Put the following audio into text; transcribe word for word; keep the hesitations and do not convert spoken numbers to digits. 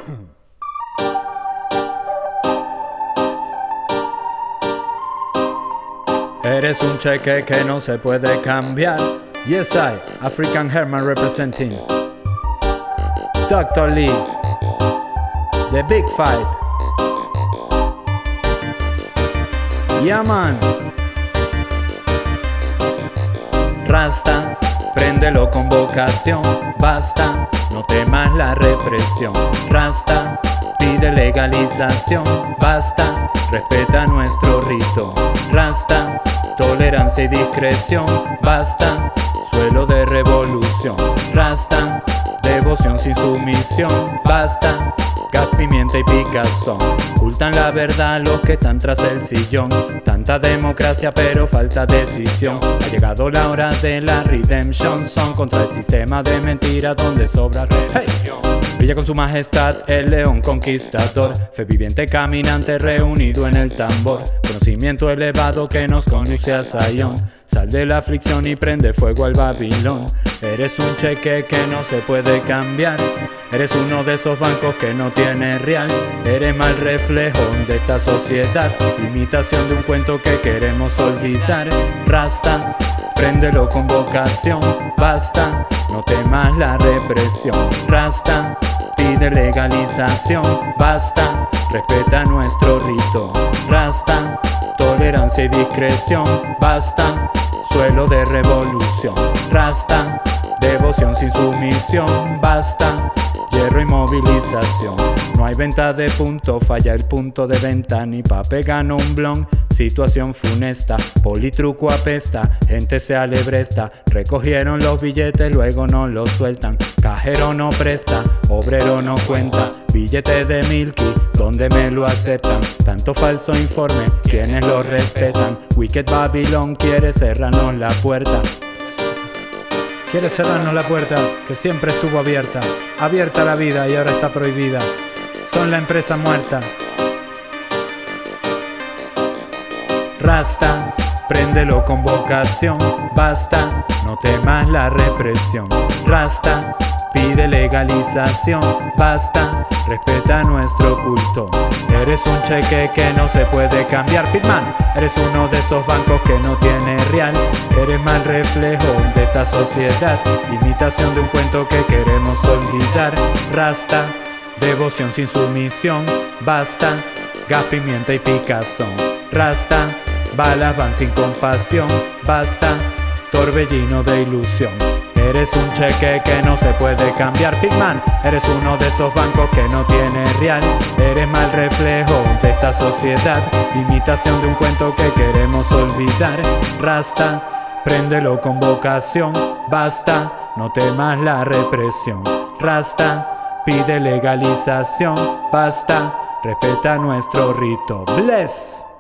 Eres un cheque que no se puede cambiar. Yes, I, African Herman representing doctor Lee, The Big Fight. Yeah, man. Rasta, préndelo con vocación. Basta, no temas la represión. Rasta, pide legalización. Basta, respeta nuestro rito. Rasta, tolerancia y discreción. Basta, suelo de revolución. Rasta, devoción sin sumisión. Basta, gas, pimienta y picazón. Ocultan la verdad los que están tras el sillón. Tanta democracia pero falta decisión. Ha llegado la hora de la redemption. Son contra el sistema de mentira donde sobra religión. Brilla con su majestad el león conquistador. Fe viviente caminante reunido en el tambor. Conocimiento elevado que nos conduce a Zion. Sal de la aflicción y prende fuego al Babilón. Eres un cheque que no se puede cambiar. Eres uno de esos bancos que no tiene real. Eres mal reflejo de esta sociedad. Imitación de un cuento que queremos olvidar. Rasta, préndelo con vocación. Basta, no temas la represión. Rasta, pide legalización. Basta, respeta nuestro rito. Rasta, tolerancia y discreción. Basta, suelo de revolución. Rasta, devoción sin sumisión. Basta, hierro y movilización. No hay venta de punto, falla el punto de venta. Ni pa' pegar un blon, situación funesta. Politruco apesta, gente se alebresta. Recogieron los billetes, luego no los sueltan. Cajero no presta, obrero no cuenta. Billete de Milky, donde me lo aceptan. Tanto falso informe, quienes lo respetan. Wicked Babylon quiere cerrarnos la puerta. Quiere cerrarnos la puerta que siempre estuvo abierta. Abierta la vida y ahora está prohibida. Son la empresa muerta. Rasta, préndelo con vocación. Basta, no temas la represión. Rasta, pide legalización. Basta, respeta nuestro culto. Eres un cheque que no se puede cambiar, Pitman. Eres uno de esos bancos que no tiene real. Eres mal reflejo de esta sociedad. Imitación de un cuento que queremos olvidar. Rasta, devoción sin sumisión. Basta, gas, pimienta y picazón. Rasta, balas van sin compasión. Basta, torbellino de ilusión. Eres un cheque que no se puede cambiar, Pitman. Eres uno de esos bancos que no tiene real. Eres mal reflejo de esta sociedad. Imitación de un cuento que queremos olvidar. Rasta, préndelo con vocación. Basta, no temas la represión. Rasta, pide legalización. Basta, respeta nuestro rito. Bless.